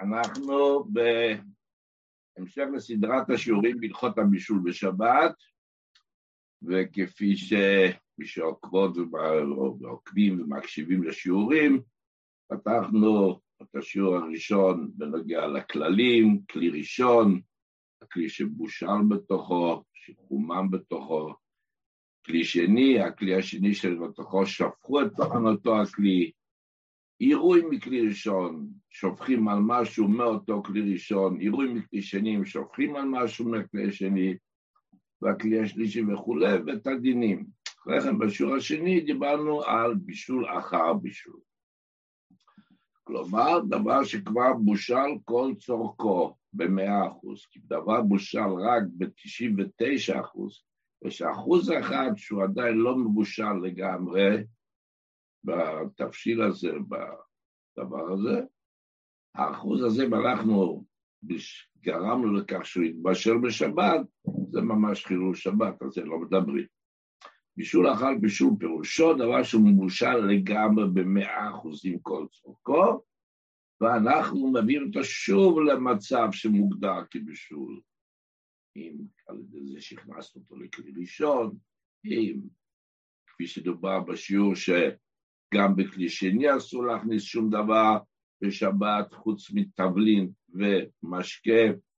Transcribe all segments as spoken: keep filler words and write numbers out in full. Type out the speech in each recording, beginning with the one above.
אנחנו בהמשך לסדרת השיעורים בהלכות הבישול בשבת, וכפי שמי שעוקבות ועוקבים ומקשיבים לשיעורים, פתחנו את השיעור הראשון בנוגע לכללים, כלי ראשון, הכלי שבושל בתוכו, שחומם בתוכו, כלי שני, הכלי השני שבתוכו שפכו את תוכנתו הכלי, עירוי מכלי ראשון, שופכים על משהו מאותו כלי ראשון, עירוי מכלי שני, שופכים על משהו מכלי שני, והכלי השלישי וכו', ואת הדינים. אחרי כן בשיעור השני דיברנו על בישול אחר בישול. כלומר, דבר שכבר בושל כל צורכו ב-מאה אחוז, כי דבר בושל רק ב-תשעים ותשעה אחוז, יש אחוז אחד שהוא עדיין לא מבושל לגמרי, בתבשיל הזה, בדבר הזה, האחוז הזה, ואנחנו גרמנו לכך שהוא יתבשל בשבת, זה ממש חילול שבת, אז זה לא מדברים. בישול אחר בישול פירושו, דבר שהוא מבושל לגמרי במאה אחוזים כל צורכו, ואנחנו מביאים אותו שוב למצב שמוגדר כבישול. אם על ידי זה שהכנסנו אותו לכלי ראשון, אם כפי שדובר בשיעור ש... גם בכלי שני אסור להכניס שום דבר בשבת חוץ מתבלין ומשקה,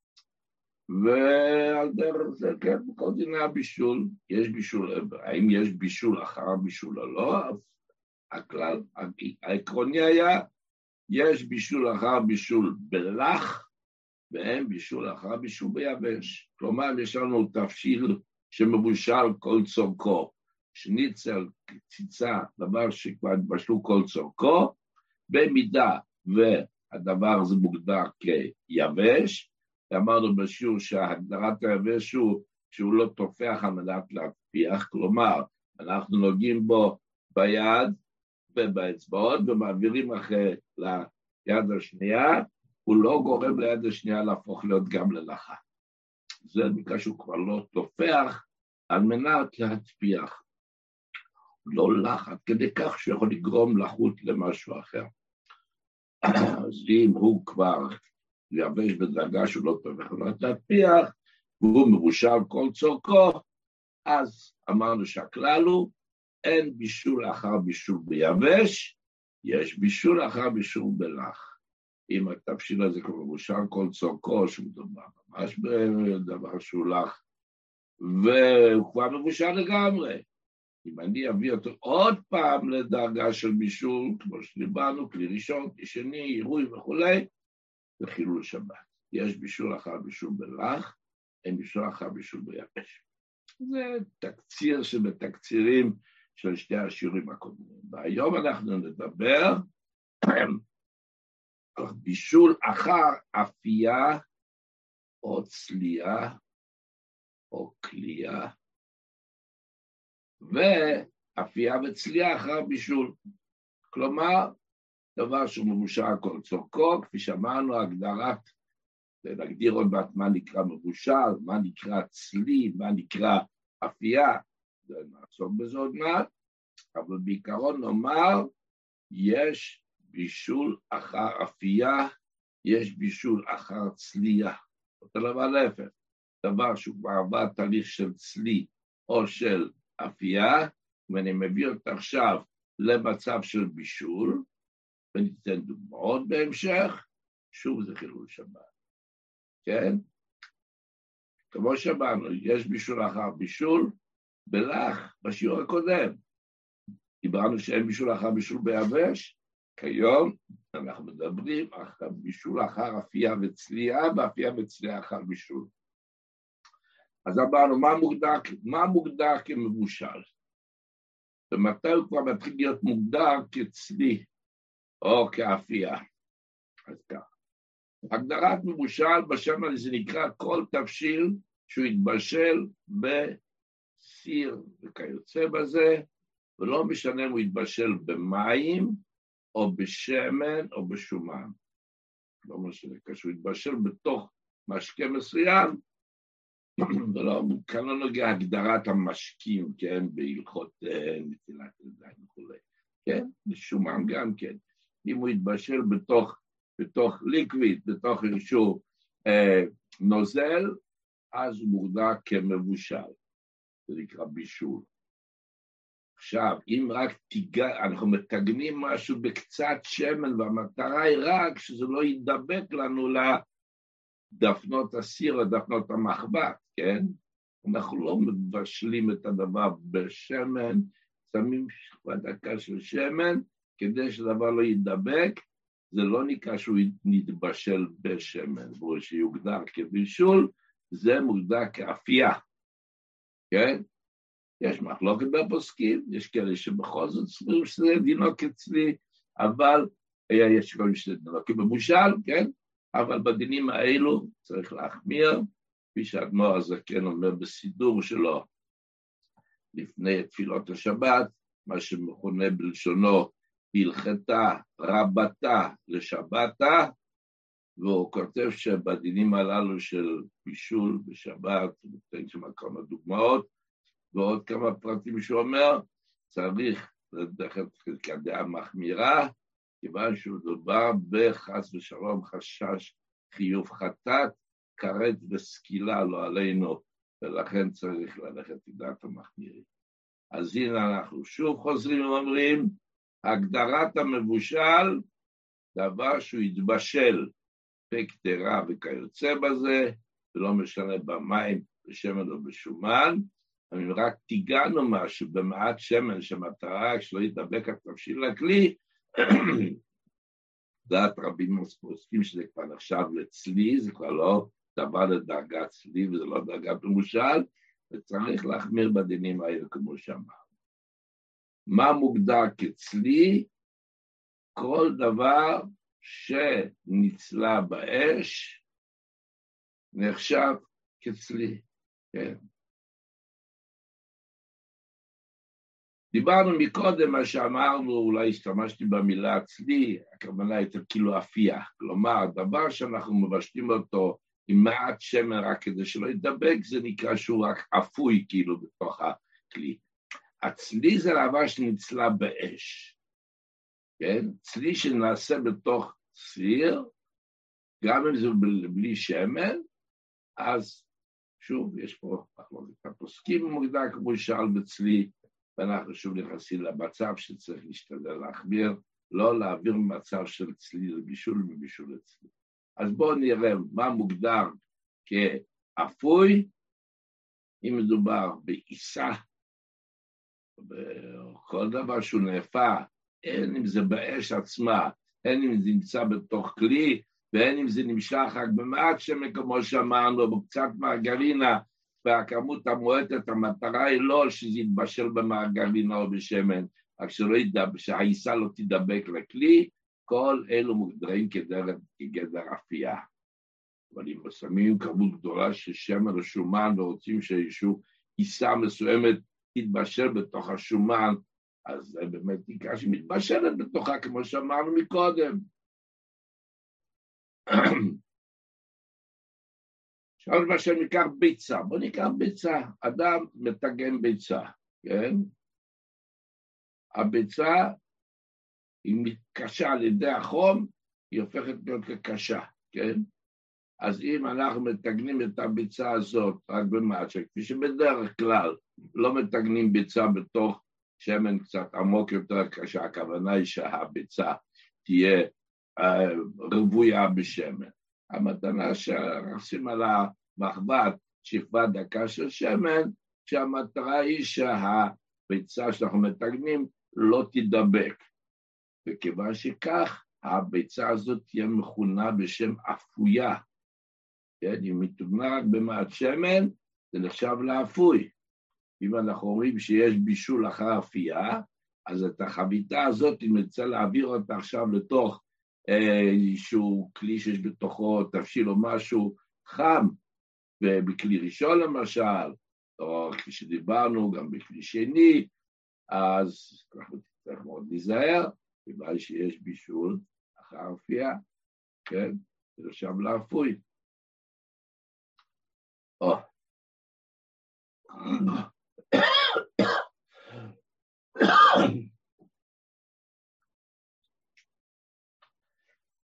ועל דרך זה, כן, בכל דיני הבישול, יש בישול, האם יש בישול אחר הבישול או לא, הכלל, העקרוני היה, יש בישול אחר בישול בלח, ואין בישול אחר בישול ביבש. כלומר, יש לנו תבשיל שמבושל כל צורכו, שניצל, קציצה, דבר שכבר התבשלו כל צורכו, במידה והדבר הזה מוגדר כיבש, ואמרנו בשיעור שהגדרת היבש הוא שהוא לא תופח על מנת להפיח, כלומר, אנחנו נוגעים בו ביד ובאצבעות, ומעבירים אחרי ליד השנייה, הוא לא גורם ליד השנייה להפוך להיות גם ללחה. זה נקרא שהוא כבר לא תופח על מנת להצפיח. לא לחץ, כדי כך שהוא יכול לגרום לחות למשהו אחר. אז אם הוא כבר יבש בדרגה שהוא לא טוב, יכול להצפיח, והוא מבושל כל צורכו, אז אמרנו שהכלל הוא, אין בישול אחר בישול ביבש, יש בישול אחר בישול בלח. אם התבשיל הזה כבר מבושל כל צורכו, שהוא דבר ממש בדבר שהוא לח, והוא כבר מבושל לגמרי. אם אני אביא אותו עוד פעם לדרגה של בישול, כמו שדיברנו, כלי ראשון, כלי שני, עירוי וכו', זה חילול שבת. יש בישול אחר בישול בלח, אין בישול אחר בישול ביבש. זה תקציר שבתקצירים של שתי השיעורים הקודמים. והיום אנחנו נדבר על בישול אחר אפייה, או צלייה, או קלייה, ואפייה וצלייה אחר בישול. כלומר, דבר שהוא מבושל כל צורכו, כפי שאמרנו, הגדרת, להגדיר עוד מעט מה נקרא מבושל, מה נקרא צלי, מה נקרא אפייה, זה נעסוק בזה עוד מעט, אבל בעיקרון נאמר, יש בישול אחר אפייה, יש בישול אחר צלייה. אותו דבר להפך, דבר שהוא כבר עבר תהליך של צלי או של אפייה, ואני מביא אותה עכשיו למצב של בישול, וניתן דוגמאות בהמשך, שוב זה חילול שבת. כן? כמו שאמרנו, יש בישול אחר בישול, בלח, בשיעור הקודם. דיברנו שאין בישול אחר בישול ביבש, כיום אנחנו מדברים על בישול אחר אפייה וצלייה, ואפייה וצלייה אחר בישול. אז אמרנו, מה מוגדר, מה מוגדר כמבושל? ומתי הוא כבר מתחיל להיות מוגדר כצלי או כאפייה? אז כך. הגדרת מבושל בשם הזה זה נקרא כל תבשיל שהוא יתבשל בסיר וכיוצא בזה, ולא משנה אם הוא יתבשל במים או בשמן או בשומן. לא משנה, כשהוא יתבשל בתוך משקה מסוים, ולא, כאן לא נוגע הגדרת המשקים, כן, בהלכות נטילת ידיים וכו', כן, בשומן גם כן. אם הוא יתבשל בתוך בתוך ליקוויד, בתוך איזשהו אה, נוזל, אז הוא מוגדר כמבושל. זה נקרא בישול. עכשיו, אם רק תיגע, אנחנו מתגנים משהו בקצת שמן, והמטרה היא רק שזה לא ידבק לנו לדפנות הסיר, לדפנות המחבת, כן? אנחנו לא מבשלים את הדבר בשמן, שמים שכבה דקה של שמן, כדי שהדבר לא ידבק, זה לא נקרא שהוא נתבשל בשמן, והוא שיוגדר כבישול, זה מוגדר כאפייה, כן? יש מחלוקת בפוסקים, יש כאלה שבכל זאת סביב שזה דינו כצלי, אבל יש כאלה שזה דינו כמבושל, כן? אבל בדינים האלו צריך להחמיר, כפי שהאדמו"ר הזקן אומר בסידור שלו, לפני תפילות השבת, מה שמכונה בלשונו, הלכתה רבתה לשבתה, והוא כותב שבדינים הללו של בישול בשבת, ותן שם כמה דוגמאות, ועוד כמה פרטים שהוא אומר, צריך לדחת כדעה מחמירה, כיוון שהוא דובר בחס ושלום חשש חיוב חטאת, כרת וסקילה לא עלינו, ולכן צריך ללכת לדעת המחמירים. אז הנה אנחנו שוב חוזרים ואומרים, הגדרת המבושל, דבר שהוא יתבשל בקטרה וכיוצא בזה, ולא משנה במים, בשמן או בשומן, אם רק תיגענו משהו במעט שמן שמטרה שלא ידבק התבשיל לכלי, דעת רבים עוסקים שזה כבר נחשב לצלי, זה כבר לא דבר לדרגת צלי וזה לא דרגת מבושל, וצריך להחמיר בדינים האלה כמו שאמר. מה מוגדר כצלי? כל דבר שנצלה באש נחשב כצלי, כן. דיברנו מקודם מה שאמרנו, אולי השתמשתי במילה צלי, הכוונה הייתה כאילו אפייה, כלומר, דבר שאנחנו מבשלים אותו עם מעט שמן רק כדי שלא ידבק, זה נקרא שהוא רק אפוי כאילו בתוך הכלי. הצלי זה דבר שנצלה באש, כן? צלי שנעשה בתוך סיר, גם אם זה בלי שמן, אז שוב, יש פה מחלוקת הפוסקים מוגדר כמו שאל בצלי, ואנחנו שוב נכנסים למצב שצריך להשתדל להחמיר, לא להעביר מצב של צלי לבישול מבישול לצלי. אז בואו נראה מה מוגדר כאפוי, אם מדובר בעיסה, בכל דבר שהוא נאפה, אין אם זה באש עצמה, אין אם זה נמצא בתוך כלי, ואין אם זה נמשך רק במעט שמן, כמו שאמרנו, בקצת מרגרינה, והכמות המועטת, המטרה היא לא שזה יתבשל במרגרינה או בשמן, רק שלא ידבק, שהעיסה לא תדבק לכלי, כל אלו מוגדרים כגדר אפייה. אבל אם שמים כמות גדולה של שמן או שומן, ורוצים שאיזשהו עיסה מסוימת תתבשל בתוך השומן, אז זה באמת נקרא שמתבשלת בתוכה, כמו שאמרנו מקודם. עכשיו למשל ניקח ביצה, בוא ניקח ביצה, אדם מתגן ביצה, כן? הביצה היא קשה על ידי החום, היא הופכת להיות כקשה, כן? אז אם אנחנו מתגנים את הביצה הזאת רק במעט, כפי שבדרך כלל לא מתגנים ביצה בתוך שמן קצת עמוק יותר קשה, הכוונה היא שהביצה תהיה רבויה בשמן. המתנה שעושים על המחבת שכבה דקה של שמן, שהמטרה היא שהביצה שאנחנו מתגנים לא תדבק. וכיוון שכך, הביצה הזאת תהיה מכונה בשם אפויה. כן? אם היא תוגנה רק במעט שמן, זה נחשב לאפוי. אם אנחנו אומרים שיש בישול אחר אפייה, אז את החביתה הזאת, אם נרצה להעביר אותה עכשיו לתוך איזשהו כלי שיש בתוכו תבשיל או משהו חם, ובכלי ראשון למשל, או כפי שדיברנו גם בכלי שני, אז אנחנו צריך מאוד להיזהר, בגלל שיש בישול אחר אפייה, כן? זה עכשיו לאפוי. או.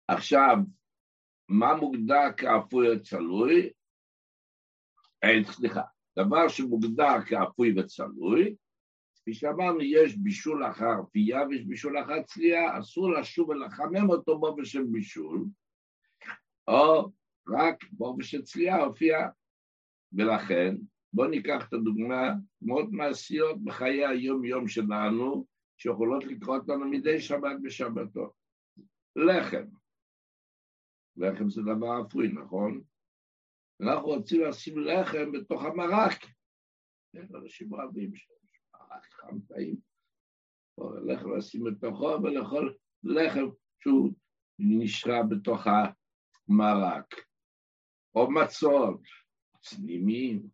עכשיו, מה מוגדר כאפוי וצלוי? אין, סליחה, דבר שמוגדר כאפוי וצלוי, כפי שאמרנו, יש בישול אחר פייה ויש בישול אחר צלייה, אסור לשוב ולחמם אותו בו בשם בישול, או רק בו בשם צלייה הופיע, ולכן בואו ניקח את הדוגמה מאוד מעשיות בחיי היום יום שלנו, שיכולות לקרות לנו מדי שבת בשבתו. לחם. לחם זה דבר אפוי, נכון? אנחנו רוצים לשים לחם בתוך המרק. אנשים אוהבים שמרק חם טעים. לחם לשים בתוכו ולאכול לחם שהוא נשרה בתוך המרק. או מצות, צנימים.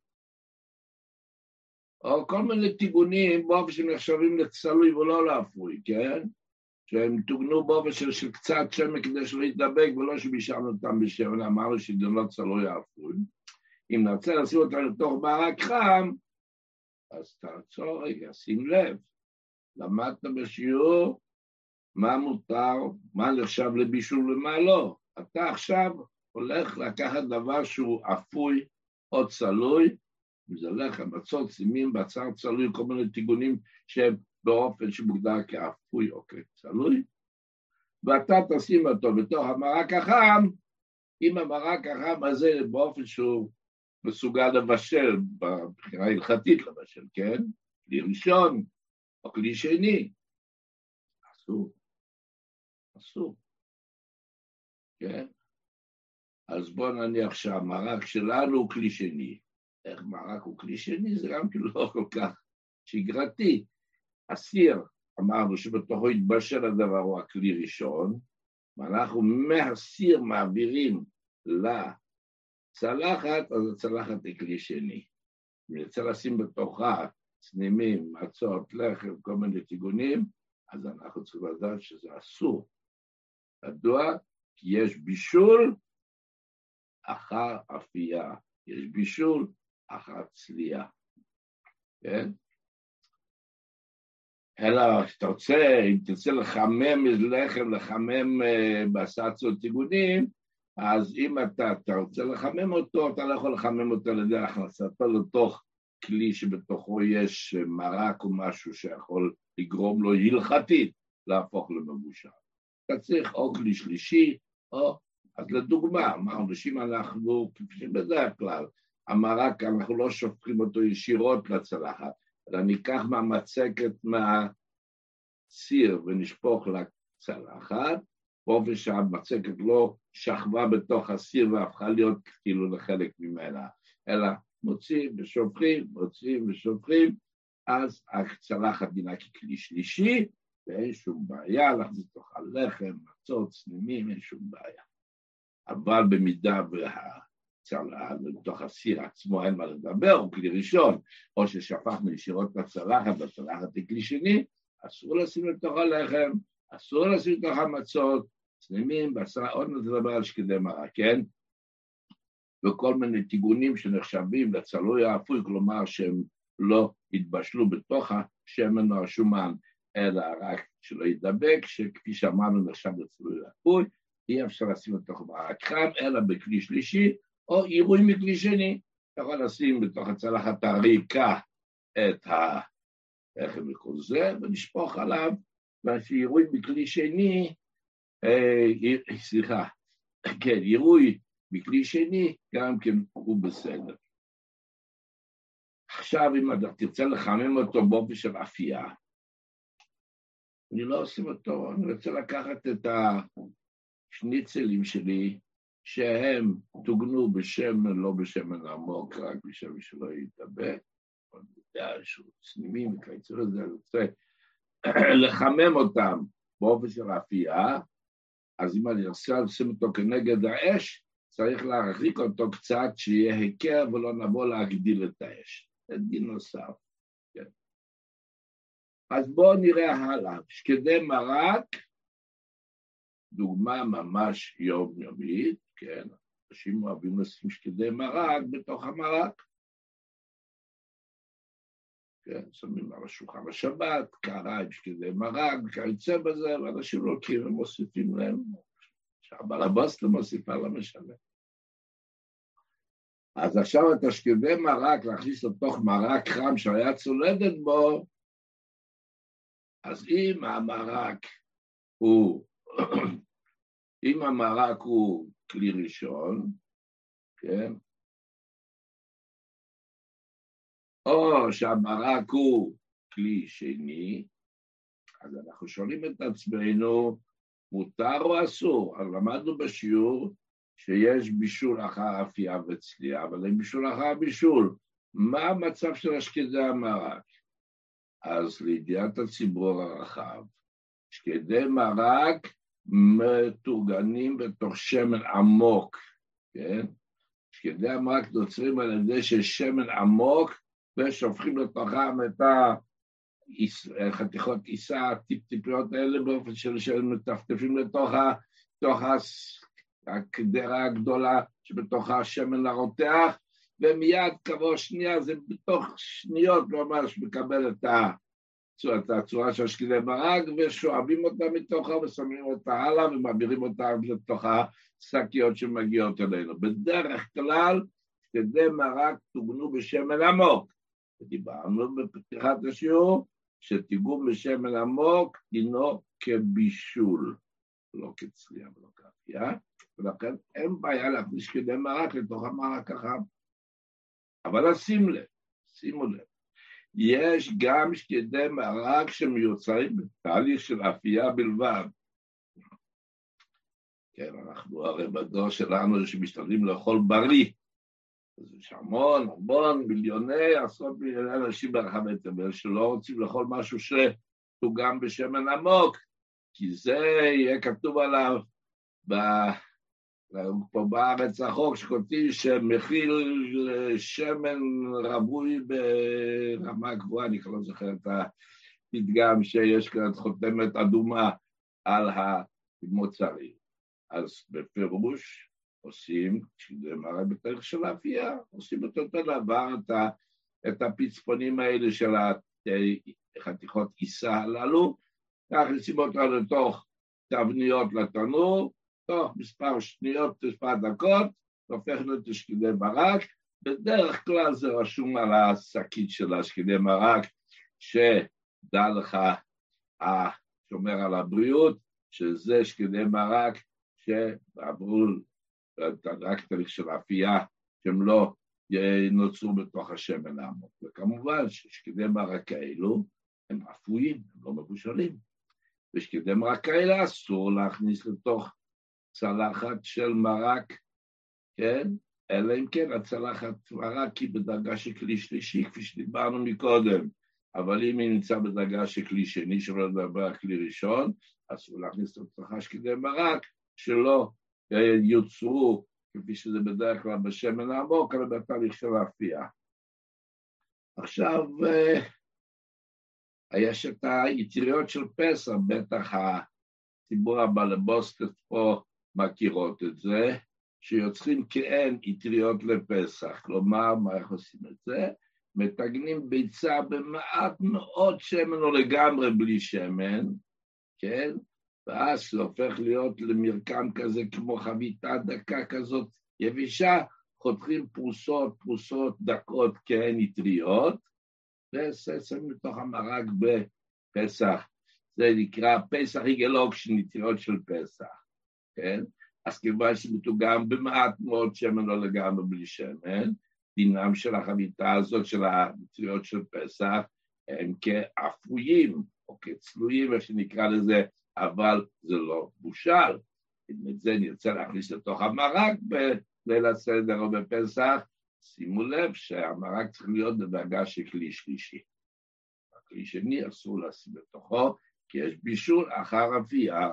או כל מיני טיגונים באופן שנחשבים לצלוי ולא לאפוי, כן? שהם תוגנו באופן של, של קצת שמן כדי שלא יתדבק, ולא שבישרנו אותם בשמן, אמרנו שזה לא צלוי האפוי. אם נרצה לשים אותם לתוך מרק חם, אז תעצור רגע, שים לב. למדת בשיעור מה מותר, מה נחשב לבישול ומה לא. אתה עכשיו הולך לקחת דבר שהוא אפוי או צלוי, אם זה לחם, מצות, סימים, בצר צלוי, כל מיני טיגונים שהם באופן שמוגדר כאפוי או כצלוי, ואתה תשים אותו בתוך המרק החם, עם המרק החם הזה באופן שהוא מסוגל לבשל, בבחירה הלכתית לבשל, כן? כלי ראשון או כלי שני. אסור. אסור. כן? אז בוא נניח שהמרק שלנו הוא כלי שני. איך מרק הוא כלי שני? זה גם כאילו לא כל כך שגרתי. הסיר, אמרנו שבתוכו התבשל הדבר הוא הכלי ראשון, ואנחנו מהסיר מעבירים לצלחת, אז הצלחת היא כלי שני. אם נרצה לשים בתוכה צנימים, מצות, לחם, כל מיני טיגונים, אז אנחנו צריכים לדעת שזה אסור. מדוע? כי יש בישול אחר אפייה, יש בישול אחר צלייה. כן? אלא שאתה רוצה, אם תרצה לחמם לחם, לחמם בסצות טיגונים, אז אם אתה, אתה רוצה לחמם אותו, אתה לא יכול לחמם אותו על ידי הכנסתו לתוך כלי שבתוכו יש מרק או משהו שיכול לגרום לו הלכתית להפוך למבושל. אתה צריך או כלי שלישי, או, אז לדוגמה, אמרנו שאם אנחנו, כפי בדרך כלל, המרק, אנחנו לא שופכים אותו ישירות לצלחת, אלא ניקח מהמצקת מהסיר ונשפוך לצלחת, באופן שהמצקת לא שכבה בתוך הסיר והפכה להיות כאילו לחלק ממנה, אלא מוצאים ושופכים, מוצאים ושופכים, אז הצלחת דינה ככלי שלישי, ואין שום בעיה, להחזיק תוך הלחם, מצות, צנימים, אין שום בעיה. אבל במידה והצלחת, בתוך הסיר עצמו אין מה לדבר, הוא כלי ראשון, או ששפכנו ישירות לצלחת, והצלחת היא כלי שני, אסור לשים לתוך הלחם, אסור לשים לתוך המצות, צנימים, בשר, עוד נדבר על שקדי מרק, כן? וכל מיני טיגונים שנחשבים לצלוי האפוי, כלומר שהם לא התבשלו בתוך השמן או השומן, אלא רק שלא ידבק, שכפי שאמרנו נחשב לצלוי האפוי, אי אפשר לשים לתוך מרק חם, אלא בכלי שלישי, או עירוי מכלי שני. אתה יכול לשים בתוך הצלחת הריקה את הלחם וכל זה, ולשפוך עליו, ועירוי מכלי שני, אה, סליחה, כן, עירוי מכלי שני, גם כן הוא בסדר. עכשיו, אם אתה תרצה לחמם אותו באופן של אפייה, אני לא עושים אותו, אני רוצה לקחת את השניצלים שלי, שהם תוגנו בשמן, לא בשמן עמוק, רק בשמן שלא יתאבק, אני יודע שהוא צנימים, וכיוצא לזה, אני רוצה לחמם אותם באופן של אפייה, אז אם אני רוצה לשים אותו כנגד האש, צריך להרחיק אותו קצת, שיהיה היכר ולא נבוא להגדיל את האש. זה דין נוסף. כן. אז בואו נראה הלאה. שקדי מרק, דוגמה ממש יומיומית, כן, אנשים אוהבים לשים שקדי מרק בתוך המרק. כן, שמים על השולחן השבת, קרה עם שקדי מרק, וכיוצא בזה, ואנשים לוקחים ומוסיפים להם שהבעל הבוס לא מוסיפה למשלם. אז עכשיו את השקדי מרק להכניס לתוך מרק חם שהיה צולדת בו, אז אם המרק הוא, אם המרק הוא כלי ראשון, כן? או שהמרק הוא כלי שני, אז אנחנו שואלים את עצמנו, מותר או אסור? אז למדנו בשיעור שיש בישול אחר אפייה וצלייה, אבל אין בישול אחר בישול. מה המצב של השקדי המרק? אז לידיעת הציבור הרחב, שקדי מרק מתורגנים בתוך שמן עמוק, כן? שקדי המרק נוצרים על ידי שיש שמן עמוק, ושופכים לתוכם את החתיכות עיסה, הטיפ-טיפיות האלה, באופן של מטפטפים לתוך הקדרה הגדולה שבתוך השמן הרותח, ומיד כעבור שנייה, זה בתוך שניות ממש מקבל את הצורה של שקדי מרק, ושואבים אותה מתוכה ושמים אותה הלאה, ומעבירים אותה לתוך השקיות שמגיעות אלינו. בדרך כלל, שקדי מרק תוגנו בשמן עמוק. ודיברנו בפתיחת השיעור, שתיגום בשמן עמוק דינו כבישול, לא כצלייה ולא כאפייה, ולכן אין בעיה להכניס שקדי מרק לתוך המרק החם. אבל שים לב, שימו לב, יש גם שקדי מרק שמיוצרים בתהליך של אפייה בלבד. כן, אנחנו הרי בדור שלנו שמשתדלים לאכול בריא, אז יש המון, המון, מיליוני, עשרות מיליוני אנשים ברחבי תבל שלא רוצים לאכול משהו שתוגם בשמן עמוק, כי זה יהיה כתוב עליו ב... פה בארץ החוק שכותבים שמכיל שמן רבוי ברמה גבוהה, אני לא זוכר את הפתגם שיש כאן חותמת אדומה על המוצרים. אז בפירוש עושים, שזה מראה בתאריך של האפייה, עושים את אותו דבר, את הפצפונים האלה של החתיכות עיסה הללו, נכנסים אותה לתוך תבניות לתנור, תוך מספר שניות, מספר דקות, הופכנו את שקדי מרק, בדרך כלל זה רשום על השקית של השקדי מרק, שדע לך, שומר על הבריאות, שזה שקדי מרק שעברו רק תהליך של אפייה, שהם לא נוצרו בתוך השמן העמוק. וכמובן ששקדי מרק האלו הם אפויים, הם לא מבושלים. ושקדי מרק האלה אסור להכניס לתוך צלחת של מרק, כן? אלא אם כן הצלחת מרק היא בדרגה של כלי שלישי, כפי שדיברנו מקודם. אבל אם היא נמצא בדרגה של כלי שני, שלא לדבר על כלי ראשון, אסור להכניס לתוכה שקדי מרק, שלא יוצרו, כפי שזה בדרך כלל בשמן העמוק, אלא בתהליך של האפייה. עכשיו, יש את היתריות של פסח, בטח הציבור הבלבוסטת פה מכירות את זה, שיוצרים כאין יתריות לפסח. כלומר, מה איך עושים את זה? מתגנים ביצה במעט מאוד שמן או לגמרי בלי שמן, כן? ואז זה הופך להיות למרקם כזה כמו חביתה דקה כזאת יבישה, חותכים פרוסות, פרוסות דקות כאין יתריות, ושמים לתוך המרק בפסח. זה נקרא פסח יגלוק של יתריות של פסח, כן? אז כיוון שמתוגם במעט מאוד שמן לא לגמרי בלי שמן, דינם של החביתה הזאת של היתריות של פסח, הם כאפויים או כצלויים, איך שנקרא לזה, אבל זה לא בושל. אם את זה נרצה להכניס לתוך המרק בליל הסדר או בפסח, שימו לב שהמרק צריך להיות בדרגה של כלי שלישי. הכלי שני אסור לשים לתוכו, כי יש בישול אחר אפייה.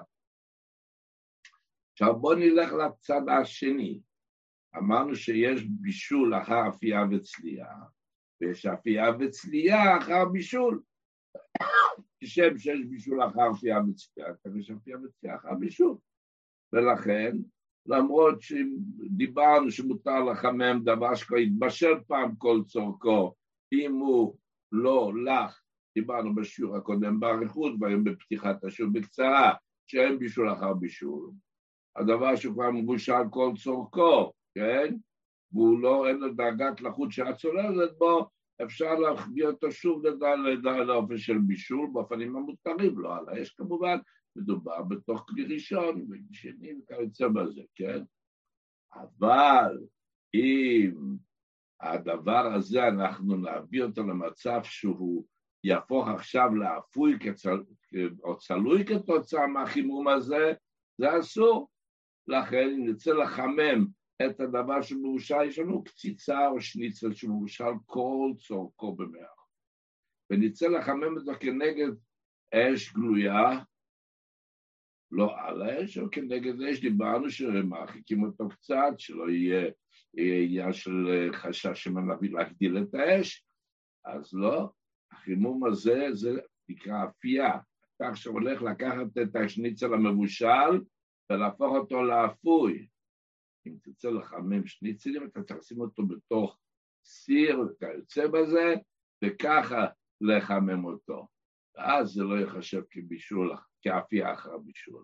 עכשיו בואו נלך לצד השני. אמרנו שיש בישול אחר אפייה וצלייה, ויש אפייה וצלייה אחר בישול. כשם שיש בישול אחר אפייה וצלייה, יש אפייה וצלייה אחר בישול. ולכן, למרות שדיברנו שמותר לחמם דבר שכבר יתבשל פעם כל צורכו, אם הוא לא לך, דיברנו בשיעור הקודם באריכות, והיום בפתיחת השיעור בקצרה, שאין בישול אחר בישול. הדבר שכבר מבושל כל צורכו, כן? והוא לא, אין לו דרגת לחות שאת צוללת בו, אפשר להחביא אותו שוב לאופן של בישול, באופנים המותרים, לא על האש כמובן, מדובר בתוך כלי ראשון, ושני וכיוצא בזה, כן? אבל אם הדבר הזה אנחנו נביא אותו למצב שהוא יהפוך עכשיו לאפוי או צלוי כתוצאה מהחימום הזה, זה אסור. לכן אם נצא לחמם את הדבר שמבושל, יש לנו קציצה או שניצל שמבושל כל צורכו במח. ונצא לחמם את זה כנגד אש גלויה, לא על האש, או כנגד אש, דיברנו שמרחיקים אותו קצת, שלא יהיה עניין של חשש שמנביא להגדיל את האש, אז לא, החימום הזה זה נקרא אפייה. אתה עכשיו הולך לקחת את השניצל המבושל ולהפוך אותו לאפוי. אם תצא לחמם שניצלים, אתה תשים אותו בתוך סיר וכיוצא בזה, וככה לחמם אותו. ואז זה לא יחשב כבישול, כאפייה אחר בישול.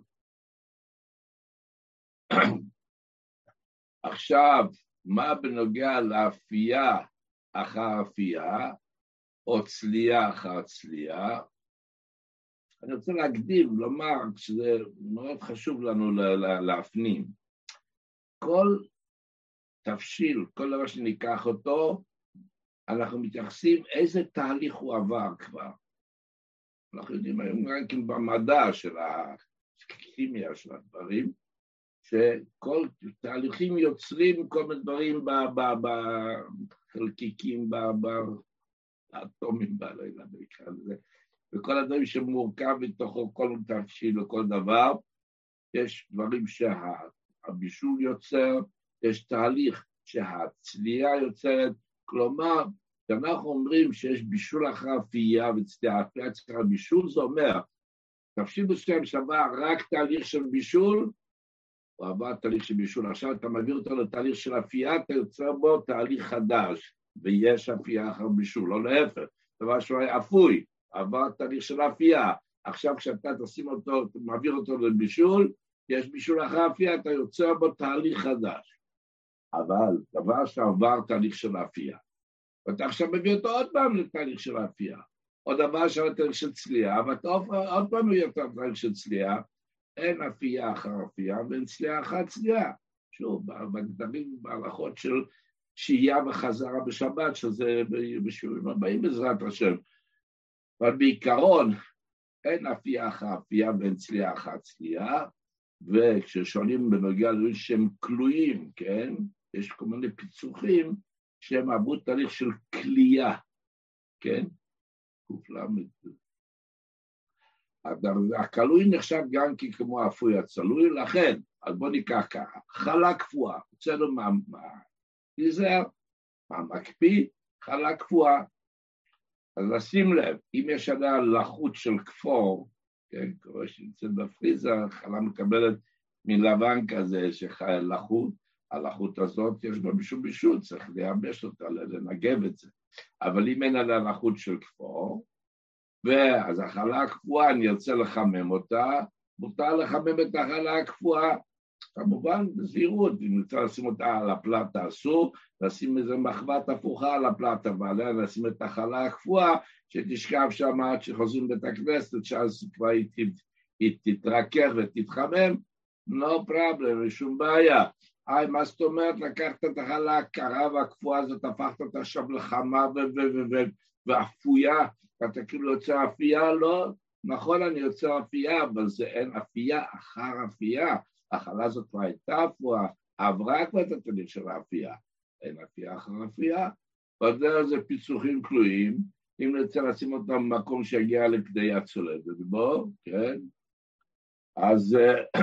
עכשיו, מה בנוגע לאפייה אחר אפייה, או צלייה אחר צלייה? אני רוצה להקדים, לומר שזה מאוד חשוב לנו להפנים. כל תבשיל, כל דבר שניקח אותו, אנחנו מתייחסים איזה תהליך הוא עבר כבר. אנחנו יודעים היום גם במדע של הכימיה של הדברים, שכל תהליכים יוצרים כל מיני דברים בחלקיקים, באטומים, בלילה בעיקר לזה, וכל הדברים שמורכב מתוכו כל תבשיל וכל דבר, יש דברים שהבישול יוצר, יש תהליך שהצלייה יוצרת, כלומר, כשאנחנו אומרים שיש בישול אחר אפייה וצלייה, אפייה אחר בישול, זה אומר, תבשיל מסוים שעבר רק תהליך של בישול, הוא עבר תהליך של בישול, עכשיו אתה מעביר אותו לתהליך של אפייה, אתה יוצר בו תהליך חדש, ויש אפייה אחר בישול, לא להפך, דבר שהוא היה אפוי, עבר תהליך של אפייה, עכשיו כשאתה תשים אותו, מעביר אותו לבישול, יש בישול אחר אפייה, אתה יוצר בו תהליך חדש, אבל דבר שעבר תהליך של אפייה, ואתה עכשיו מביא אותו עוד פעם לתהליך של אפייה, עוד דבר שעבר תהליך של צלייה, ואתה עוד פעם מביא אותו לתהליך של צלייה, אין אפייה אחר אפייה, ואין צלייה אחר צלייה. שוב, בגדרים, בהלכות של שהייה וחזרה בשבת, שזה בשיעורים הבאים בעזרת השם. אבל בעיקרון, אין אפייה אחר אפייה, ואין צלייה אחר צלייה, וכששואלים בנוגע לדברים שהם כלואים, כן? יש כל מיני פיצוחים שהם עברו תהליך של כלייה, כן? קופלמת. הכלוי נחשב גם כמו האפוי הצלוי, לכן, אז בוא ניקח ככה, חלה קפואה, הוצאנו מהטיזר, מהמקפיא, חלה קפואה, אז לשים לב, אם יש עדיין לחות של כפור, כן, קורא שנמצאת בפריזר, חלה מקבלת מלבן כזה שחי לחות, הלחות הזאת יש בה משום בישול, צריך לייבש אותה, לנגב את זה, אבל אם אין עדיין לחות של כפור, ואז החלה הקפואה, אני ארצה לחמם אותה, מותר לחמם את החלה הקפואה, כמובן בזהירות, אם נרצה לשים אותה על הפלטה אסור, לשים איזה מחבת הפוכה על הפלטה, ועליה נשים את החלה הקפואה, שתשכב שם עד שחוזרים בית הכנסת, שאז כבר היא, היא תתרכך ותתחמם, no problem, שום בעיה. היי, מה זאת אומרת? לקחת את החלה הקרה והקפואה הזאת, הפכת אותה עכשיו לחמה ואפויה, אתה כאילו יוצא אפייה, לא, נכון, אני יוצא אפייה, אבל זה אין אפייה אחר אפייה, החלה הזאת כבר הייתה אפויה, עברה כבר את התהליך של האפייה, אין אפייה אחר אפייה, בדרך זה פיצוחים כלואים, אם נרצה לשים אותם במקום שיגיע לכדי הצולדת בו, כן, אז,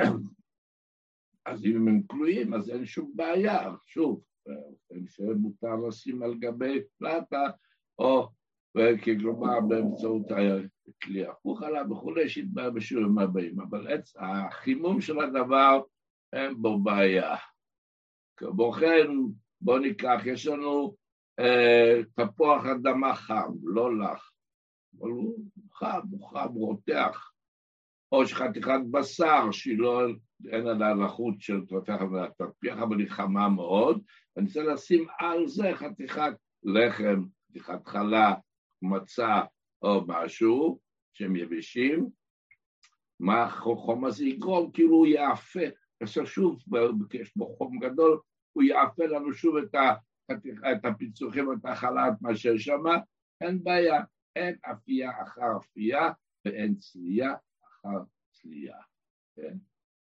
אז אם הם כלואים, אז אין שום בעיה, שוב, אין שמותר לשים על גבי פלטה, או וכלומר באמצעות הכלי הפוך עליו וכולי, שיתבע בשיעורים הבאים, אבל החימום של הדבר אין בו בעיה. כמו כן, בואו ניקח, יש לנו אה, תפוח אדמה חם, לא לח, אבל הוא חם, הוא חם, הוא רותח, או שחתיכת בשר, שהיא לא, אין עליה לחות של תופח והתפוח, אבל היא חמה מאוד, ואני רוצה לשים על זה חתיכת לחם, חתיכת חלה, מצה או משהו, שהם יבשים, מה החום הזה יגרום? כאילו הוא יאפה, עכשיו שוב, יש בו חום גדול, הוא יאפה לנו שוב את, החתיכה, את הפיצוחים, את החלת, מה שיש שם, אין בעיה, אין אפייה אחר אפייה, ואין צלייה אחר צלייה, כן?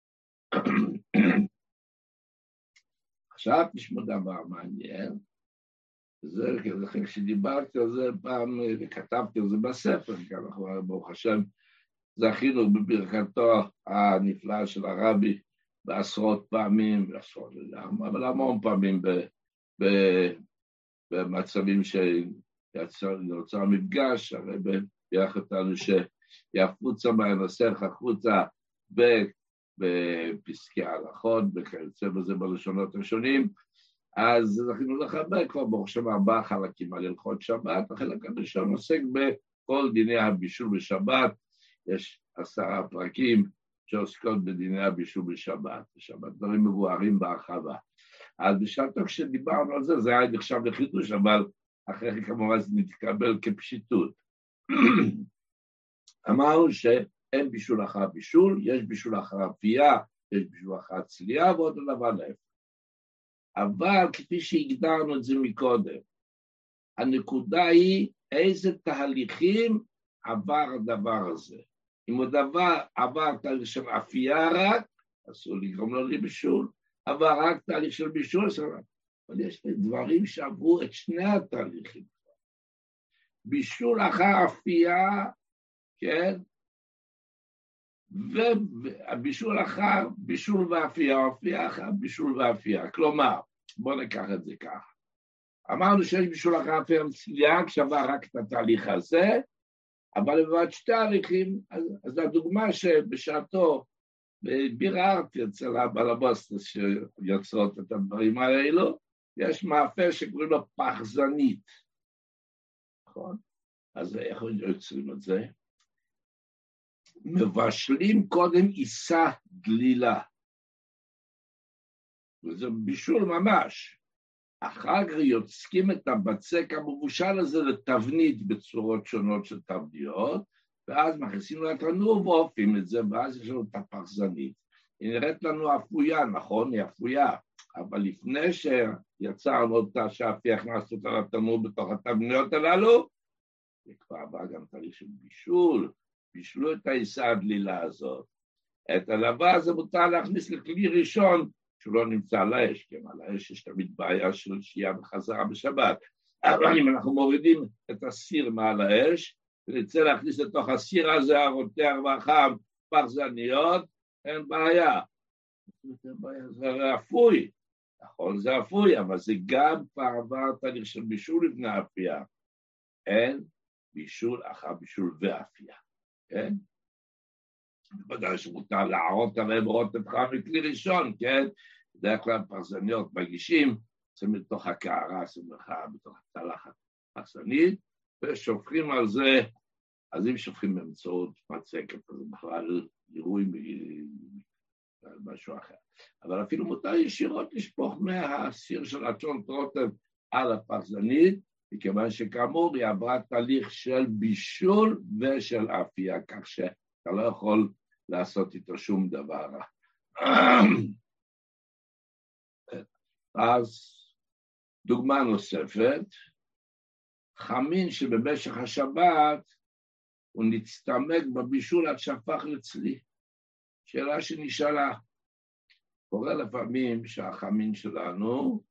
עכשיו נשמע דבר מעניין, זה אחרי שדיברתי על זה פעם, וכתבתי על זה בספר, כי אנחנו ברוך השם זכינו בברכתו הנפלאה של הרבי בעשרות פעמים, בעשרות לדם, אבל המון פעמים ב, ב, במצבים שנוצר מפגש, הרבי ביחד אותנו שיפוצה מהנסך החוצה בפסקי ההלכות, וכיוצא בזה בלשונות השונים, אז זכינו לחבר כבר ברוך השם ארבעה חלקים על הלכות שבת, החלק הראשון עוסק בכל דיני הבישול בשבת, יש עשרה פרקים שעוסקות בדיני הבישול בשבת, בשבת דברים מבוארים בהרחבה. אז בשעתו כשדיברנו על זה, זה היה נחשב לחידוש, אבל אחרי כמובן זה נתקבל כפשיטות. אמרנו שאין בישול אחר בישול, יש בישול אחר אפייה, יש בישול אחר צלייה, ועוד דבר להפך. אבל כפי שהגדרנו את זה מקודם, הנקודה היא איזה תהליכים עבר הדבר הזה. אם הוא דבר עבר תהליך של אפייה רק, אסור לגרום לו לבישול, עבר רק תהליך של בישול, אבל יש דברים שעברו את שני התהליכים. בישול אחר אפייה, כן? ובישול אחר בישול ואפייה, או אפייה אחר בישול ואפייה. כלומר, בואו ניקח את זה ככה. אמרנו שיש בישול אחר אפייה וצלייה, כשעבר רק את התהליך הזה, אבל לבד שתי תהליכים, אז, אז הדוגמה שבשעתו ביררתי אצל הבעל הבוסטס שיוצרות את הדברים האלו, יש מאפה שקוראים לו פחזנית, נכון? אז איך יוצרים את זה? מבשלים קודם עיסה דלילה, וזה בישול ממש. אחר כך יוצקים את הבצק המבושל הזה לתבנית בצורות שונות של תבניות, ואז מכניסים לתנור ואופים את זה, ואז יש לנו את הפחזנית. היא נראית לנו אפויה, נכון? היא אפויה, אבל לפני שיצרנו אותה, שאפי הכנסנו אותה לתנור בתוך התבניות הללו, זה כבר עבר גם תהליך של בישול, בישלו את העיסה הדלילה הזאת. את הדבר הזה מותר להכניס לכלי ראשון, שהוא לא נמצא על האש, כי על האש יש תמיד בעיה של שהייה וחזרה בשבת. אבל אם אנחנו מורידים את הסיר מעל האש, ונצא להכניס לתוך הסיר הזה, הרותח והחם, פחזניות, אין בעיה. זה אפוי, נכון, זה אפוי, אבל זה גם כבר עבר תהליך של בישול לפני האפייה. אין בישול אחר בישול ואפייה, כן? בוודאי שמותר להערות עליהם רוטב חם מכלי ראשון, כן? בדרך כלל פרזניות מגישים, שמים לתוך הקערה, שמחה בתוך הצלחת פרזנית, ושופכים על זה, אז אם שופכים באמצעות מצקת, אז בכלל יראוי משהו אחר. אבל אפילו מותר ישירות לשפוך מהסיר של הצ'ון רוטב על הפרזנית, מכיוון שכאמור היא עברה תהליך של בישול ושל אפייה, כך שאתה לא יכול לעשות איתו שום דבר. אז דוגמה נוספת, חמין שבמשך השבת הוא נצטמק בבישול עד שהפך לצלי. שאלה שנשאלה, קורה לפעמים שהחמין שלנו,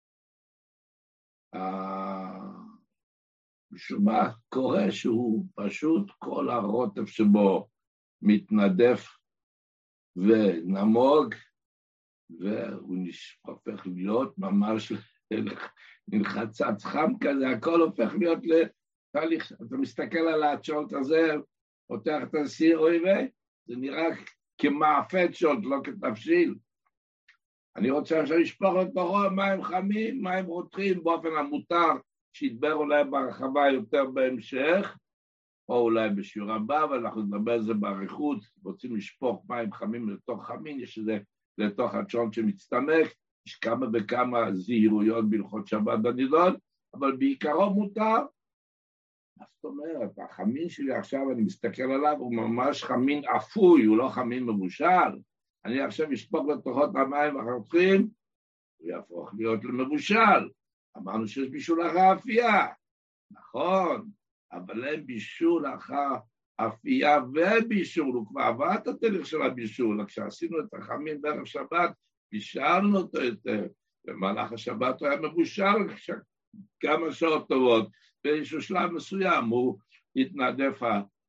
משום מה קורה שהוא פשוט כל הרוטב שבו מתנדף ונמוג, והוא הופך להיות ממש מלחצץ חם כזה, הכל הופך להיות לתהליך, אתה מסתכל על הצ'ולט הזה, פותח את הסיר, אוי ווי, זה נראה כמאפת צ'ולט, לא כתבשיל. אני רוצה עכשיו לשפוך לתוכו מים חמים, מים רותחים, באופן המותר, שידבר אולי ברחבה יותר בהמשך, או אולי בשיעור הבא, ואנחנו נדבר על זה באריכות, רוצים לשפוך מים חמים לתוך חמין, יש איזה לתוך הצ'ון שמצטמק, יש כמה וכמה זהירויות בהלכות שבת בנידון, אבל בעיקרו מותר. מה זאת אומרת? החמין שלי עכשיו, אני מסתכל עליו, הוא ממש חמין אפוי, הוא לא חמין מבושל. אני עכשיו אשפוך לתוכו את המים החותכים, הוא יהפוך להיות למבושל. אמרנו שיש בישול אחר אפייה. נכון, אבל אין בישול אחר אפייה ובישול, הוא כבר עבר את התהליך של הבישול, כשעשינו את החמין בערב שבת, בישלנו אותו יותר, במהלך השבת הוא היה מבושל כמה שעות טובות, באיזשהו שלב מסוים הוא התנדף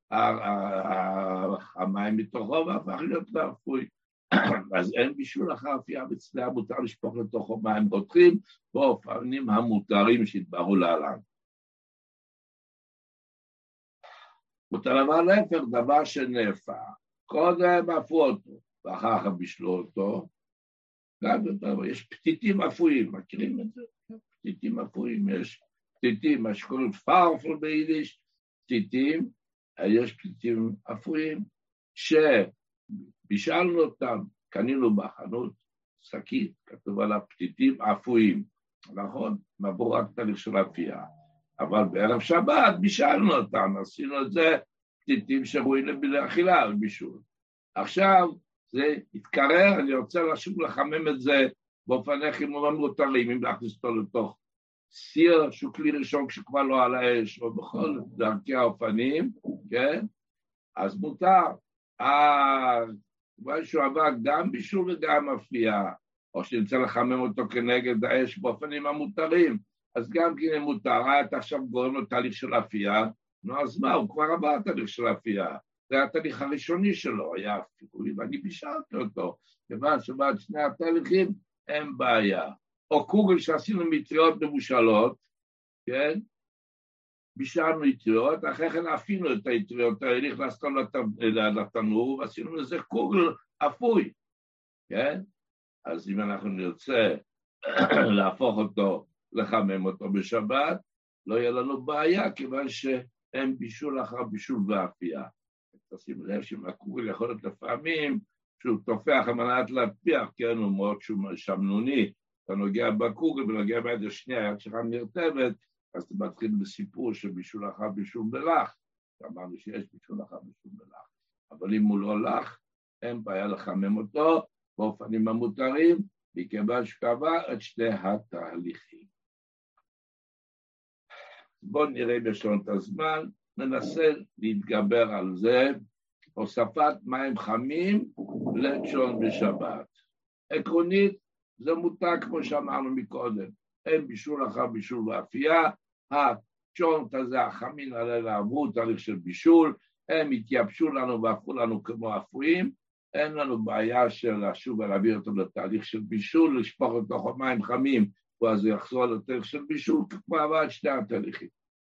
המים מתוכו והפך להיות לאפוי. אז אין בישול אחר אפייה וצלע, מותר לשפוך לתוכו מים רותחים, באופנים המותרים שהתבררו להלן. מותר אבל להפך, דבר שנאפה, קודם אפו אותו, ואחר כך בישלו אותו, גם יש פתיתים אפויים, מכירים את זה? פתיתים אפויים, יש פתיתים, מה שקוראים פרפל ביידיש, פתיתים, יש פתיתים אפויים, שבישלנו אותם, קנינו בחנות, שקית, כתוב עליו פתיתים אפויים, נכון? מבוא רק תהליך של אפייה. אבל בערב שבת בישלנו אותם, עשינו את זה, פתיתים שראויים לאכילה על בישול. עכשיו זה התקרר, אני רוצה לשוב לחמם את זה באופני חימום מותרים, אם להכניס אותו לתוך סיר, שהוא כלי ראשון כשכבר לא על האש, או בכל דרכי האופנים, כן? אז מותר. כיוון שהוא עבר גם בישול וגם אפייה, או שנרצה לחמם אותו כנגד האש באופנים המותרים, אז גם כן מותר, אתה עכשיו גורם לו תהליך של אפייה, נו אז מה, הוא כבר עבר תהליך של אפייה, זה היה התהליך הראשוני שלו, היה אפוי, ואני בישלתי אותו, כיוון שבעד שני התהליכים אין בעיה. או קוגל שעשינו מטריות מבושלות, כן? בישלנו מטריות, אחרי כן אפינו את המטריות האלה, נכנסנו לתנור, ועשינו לזה קוגל אפוי, כן? אז אם אנחנו נרצה להפוך אותו, לחמם אותו בשבת, לא יהיה לנו בעיה, כיוון שאין בישול אחר בישול ואפייה. תשימו לב שמהקוגל יכול להיות לפעמים, שהוא תופח על מנת להפיח, כן, הוא מאוד שהוא שמנוני, אתה נוגע בקוגל ונוגע ביד השנייה, היד שלך נרטבת, אז אתה מתחיל בסיפור של בישול אחר בישול מלח, אמרנו שיש בישול אחר בישול מלח, אבל אם הוא לא לך, אין בעיה לחמם אותו, באופנים המותרים, מכיוון שקבע את שני התהליכים. בואו נראה בשעון את הזמן, ננסה להתגבר על זה, הוספת מים חמים לצ'ון בשבת. עקרונית, זה מותר כמו שאמרנו מקודם, אין בישול אחר בישול ואפייה, הצ'ון הזה, החמין האלה עברו תהליך של בישול, הם התייבשו לנו והפכו לנו כמו אפויים, אין לנו בעיה של לשוב ולהעביר אותם לתהליך של בישול, לשפוך לתוך מים חמים, ואז זה יחזור לתהליך של בישול, כמו עבד שני התהליכים.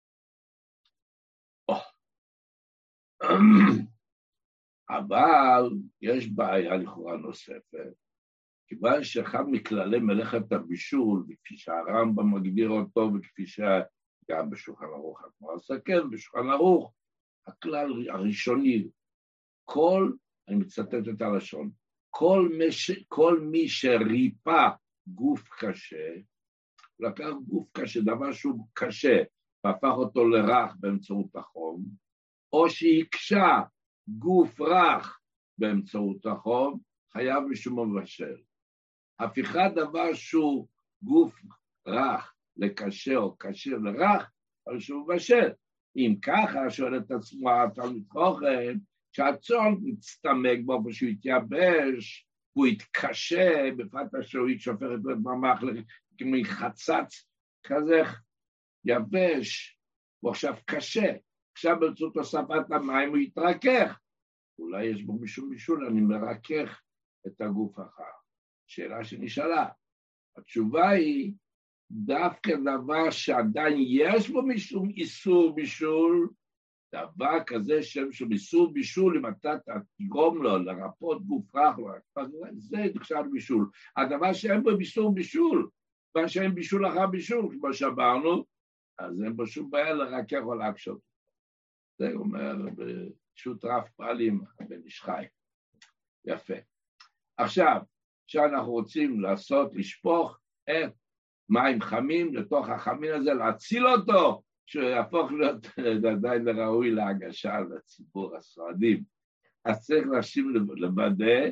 אבל יש בעיה לכאורה נוספת, כיוון שאחד מכללי מלאכת הבישול, וכפי שהרמב"ם מגדיר אותו, וכפי שגם בשולחן ערוך, כמו הסכם, בשולחן ערוך, הכלל הראשוני, כל, אני מצטט את הלשון, כל, מש, כל מי שריפה גוף קשה, לקח גוף קשה, דבר שהוא קשה, והפך אותו לרך באמצעות החום, או שהקשה גוף רך באמצעות החום, חייב משום מבשל. הפיכת דבר שהוא גוף רך לקשה או קשה לרך, אבל שהוא מבשל. אם ככה, שואל את עצמו התלמיד חכם, שהצאן מצטמק באופן שהוא יתייבש, הוא יתקשה, בפרט שהוא ישופך את ממח מחצץ כזה יבש, הוא עכשיו קשה. עכשיו באמצעות הוספת המים הוא יתרכך. אולי יש בו משום בישול, אני מרכך את הגוף אחר. שאלה שנשאלה. התשובה היא, דווקא דבר שעדיין יש בו משום איסור בישול, דבר כזה שם של איסור בישול, אם אתה תגרום לו לרפות גוף רך, זה נחשב בישול. הדבר שאין בו איסור בישול, דבר שאין בישול אחר בישול, כמו שאמרנו, אז אין בו שום בעיה לרכך או להקשות. זה אומר, פשוט רב פעלים בן איש חי. יפה. עכשיו, שאנחנו רוצים לעשות, לשפוך את מים חמים לתוך החמין הזה, להציל אותו, שהוא יהפוך להיות עדיין ראוי להגשה לציבור הסועדים. אז צריך להשים לוודא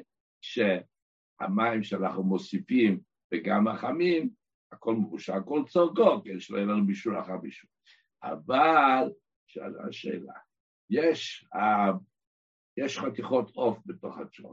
שהמים שאנחנו מוסיפים וגם החמים, הכל מבושל, הכל צורכו, כי יש לנו בישול אחר בישול. אבל, שאלה השאלה, יש, יש חתיכות עוף בתוך הצ'ון.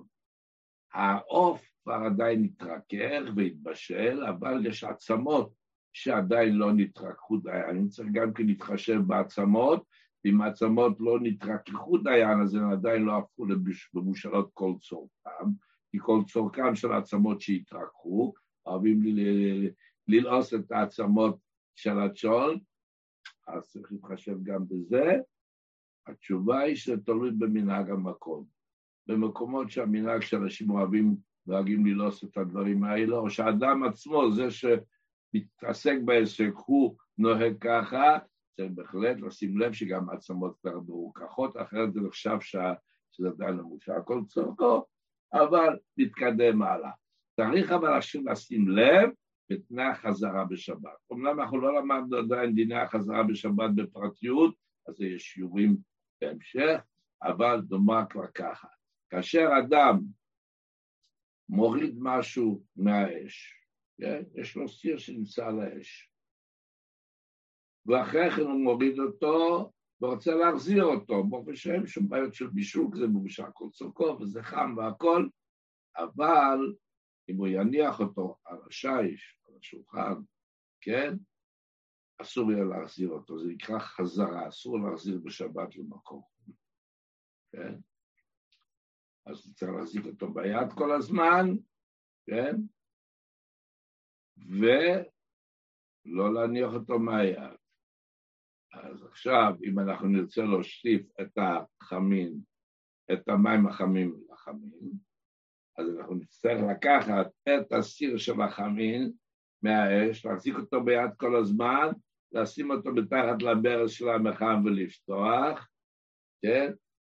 העוף כבר עדיין נתרכך והתבשל, אבל יש עצמות שעדיין לא נתרככו דיין. אני צריך גם כן להתחשב בעצמות, ואם העצמות לא נתרככו דיין, אז הן עדיין לא הפכו לבושלות כל צורכם, כי כל צורכם של העצמות שהתרככו, אוהבים ללעוס את העצמות של הצ'ון, אז צריך להתחשב גם בזה. התשובה היא שתלוי במנהג המקום. במקומות שהמנהג שאנשים אוהבים, דואגים ללעוס את הדברים האלה, או שהאדם עצמו, זה שמתעסק בעסק, הוא נוהג ככה, צריך בהחלט לשים לב שגם העצמות כבר מרוככות, אחרת זה נחשב שזה עדיין למושע הכל צורכו, אבל נתקדם הלאה. צריך אבל לשים לב בתנאי החזרה בשבת. אומנם אנחנו לא למדנו עדיין דיני החזרה בשבת בפרטיות, אז יש שיעורים בהמשך, אבל דומה כבר ככה. כאשר אדם מוריד משהו מהאש, כן? יש לו סיר שנמצא על האש, ואחרי כן הוא מוריד אותו ורוצה להחזיר אותו, באופן שאין שום בעיות של בישול, זה מבושל כל צורכו וזה חם והכל, אבל אם הוא יניח אותו על השיש, על השולחן, כן? אסור יהיה להחזיר אותו, זה נקרא חזרה, אסור להחזיר בשבת למקום, כן? אז צריך להחזיק אותו ביד כל הזמן, כן? ולא להניח אותו מהיד. אז עכשיו, אם אנחנו נרצה להוסיף את החמין, את המים החמים לחמין, אז אנחנו נצטרך לקחת את הסיר של החמין מהאש, להחזיק אותו ביד כל הזמן, לשים אותו מתחת לברז של המחם ולפתוח, כן?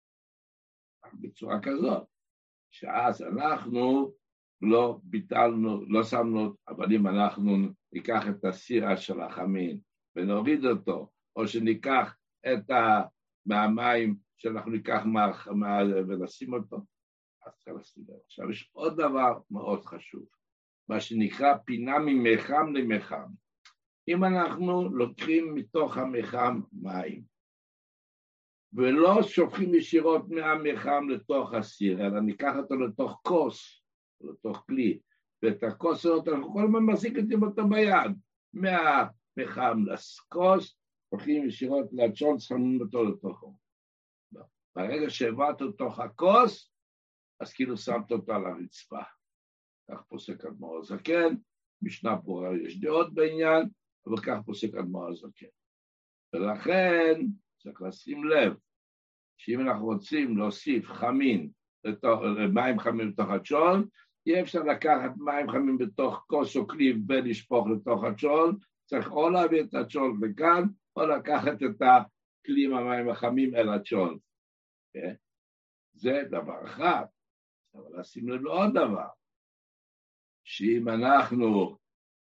בצורה כזאת, שאז אנחנו לא ביטלנו, לא שמנו, אבל אם אנחנו ניקח את הסיר של החמין ונוריד אותו, או שניקח את ה... מהמים שאנחנו ניקח מה... מה... ונשים אותו, אז צריך לשים לב. עכשיו יש עוד דבר מאוד חשוב, מה שנקרא פינה ממחם למחם. אם אנחנו לוקחים מתוך המחם מים, ולא שופכים ישירות מהמחם לתוך הסיר, אלא ניקח אותו לתוך כוס, לתוך כלי, ואת הכוס הזאת אנחנו כל הזמן מחזיקים אותו ביד, מהמחם לכוס, הולכים ישירות לצ'ון, שמים אותו לתוכו. ברגע שהבאת אותו לתוך הכוס, אז כאילו שמת אותו על הרצפה. כך פוסק אדמו"ר הזקן, משנה ברורה יש דעות בעניין, אבל כך פוסק אדמו"ר הזקן. ולכן צריך לשים לב, שאם אנחנו רוצים להוסיף חמין, לתוך, מים חמים בתוך הצ'ון, אי אפשר לקחת מים חמים בתוך כוס או כלי ולשפוך לתוך הצ'ון, צריך או להביא את הצ'ון לכאן, או לקחת את הכלי עם המים החמים אל הצ'ון. Okay? זה דבר אחד, אבל לשים לב לעוד דבר, שאם אנחנו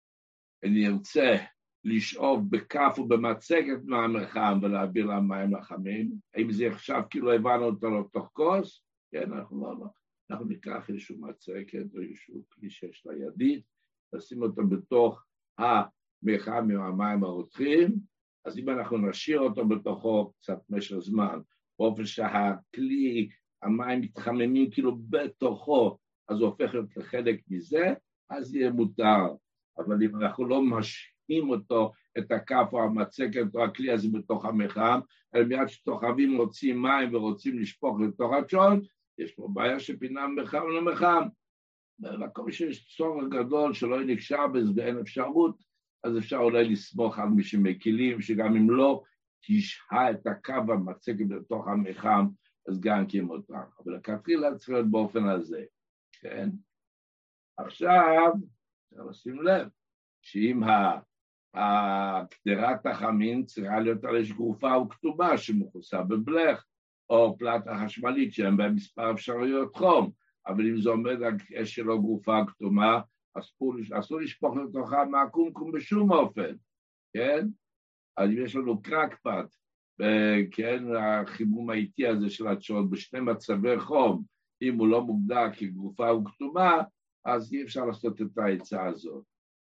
נרצה לשאוב בכף ובמצגת מהמחם ולהעביר למים החמים, האם זה עכשיו כאילו הבנו אותו לתוך כוס? כן, אנחנו לא, אנחנו ניקח איזשהו מצגת או איזשהו כלי שיש לה ידית, נשים אותו בתוך המחם עם המים הרותחים, אז אם אנחנו נשאיר אותו בתוכו קצת משך זמן, באופן שהכלי, המים מתחממים כאילו בתוכו, אז הוא הופך להיות לחלק מזה, אז יהיה מותר. אבל אם אנחנו לא משאים אותו, את הכף או המצקת או הכלי הזה בתוך המחם, אלא מיד שתוכבים רוצים מים ורוצים לשפוך לתוך הצ'ון, יש פה בעיה שפינה מחם למחם. במקום שיש צורך גדול שלא נקשר בזה ואין אפשרות, אז אפשר אולי לסמוך על מי שמקילים, שגם אם לא תשעה את הקו המצקת בתוך המחם, אז גם כי מותר. אבל הכתחילה צריך להיות באופן הזה, כן? עכשיו, צריך לשים לב, שאם קדרת החמין צריכה להיות על אש גרופה וכתובה שמכוסה בבלך, או פלטה חשמלית שאין בה מספר אפשרויות חום, אבל אם זה עומד על אש שלא גרופה כתומה, אסור לשפוך לתוכה מהקומקום בשום אופן, כן? אז אם יש לנו קרקפט, כן, החימום האיטי הזה של הצ'ון בשני מצבי חום, אם הוא לא מוגדר כגרופה וכתומה, אז אי אפשר לעשות את העצה הזאת.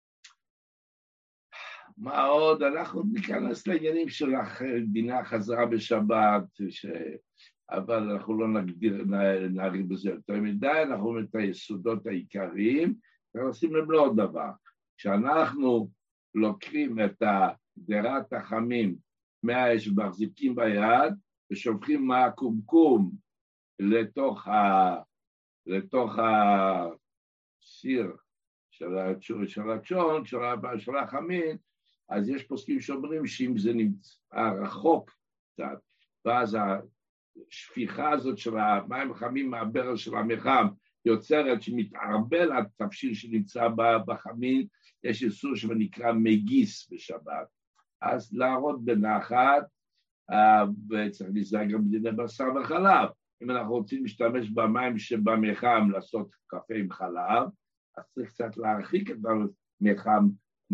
מה עוד? אנחנו ניכנס לעניינים של דיני חזרה בשבת, ש... אבל אנחנו לא נגדיר, נעריך בזה יותר מדי, אנחנו אומרים את היסודות העיקריים, צריך לשים לב לעוד דבר. כשאנחנו לוקחים את קדרת החמים מהאש ומחזיקים ביד, ושופכים מהקומקום לתוך, ה... לתוך הסיר של הצ'ון, של, של החמין, אז יש פוסקים שאומרים שאם זה נמצא רחוק קצת, ואז השפיכה הזאת של המים החמים מהברז של המחם יוצרת שמתערבל התבשיל שנמצא בחמין, יש איסור שנקרא מגיס בשבת. אז להראות בנחת, וצריך להיזהר גם בדיני בשר וחלב. אם אנחנו רוצים להשתמש במים שבמחם לעשות קפה עם חלב, אז צריך קצת להרחיק את המחם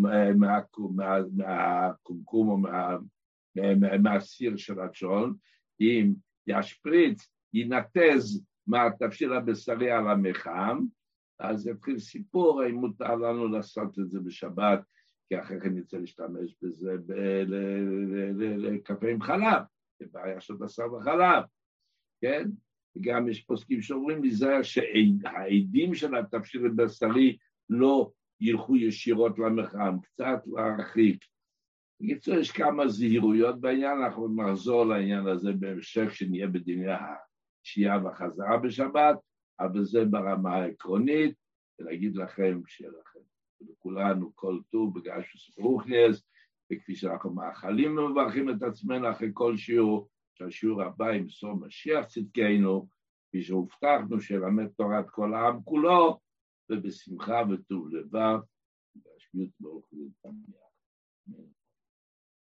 מהקומקום או מהסיר של הצ'ון, אם ישפריץ, ינתז מהתבשיל הבשרי על המחם, אז יתחיל סיפור, האם מותר לנו לעשות את זה בשבת, כי אחרי כן נצא להשתמש בזה לקפה עם חלב, לבעיה של בשר וחלב, כן? וגם יש פוסקים שאומרים להיזהר שהעדים של התבשיל הבשרי לא ילכו ישירות למחם, קצת להרחיק. בקיצור, יש כמה זהירויות בעניין, אנחנו נחזור לעניין הזה בהמשך שנהיה בדיני השהייה והחזרה בשבת, אבל זה ברמה העקרונית, ולהגיד לכם שיהיה לכם לכולנו כל טוב בגשמי ברוכניס, וכפי שאנחנו מאחלים ומברכים את עצמנו אחרי כל שיעור, שהשיעור הבא עם סוף משיח צדקנו, כפי שהובטחנו שלמד תורת כל העם כולו, ובשמחה וטוב לבב, בהשמיות ברוך הוא.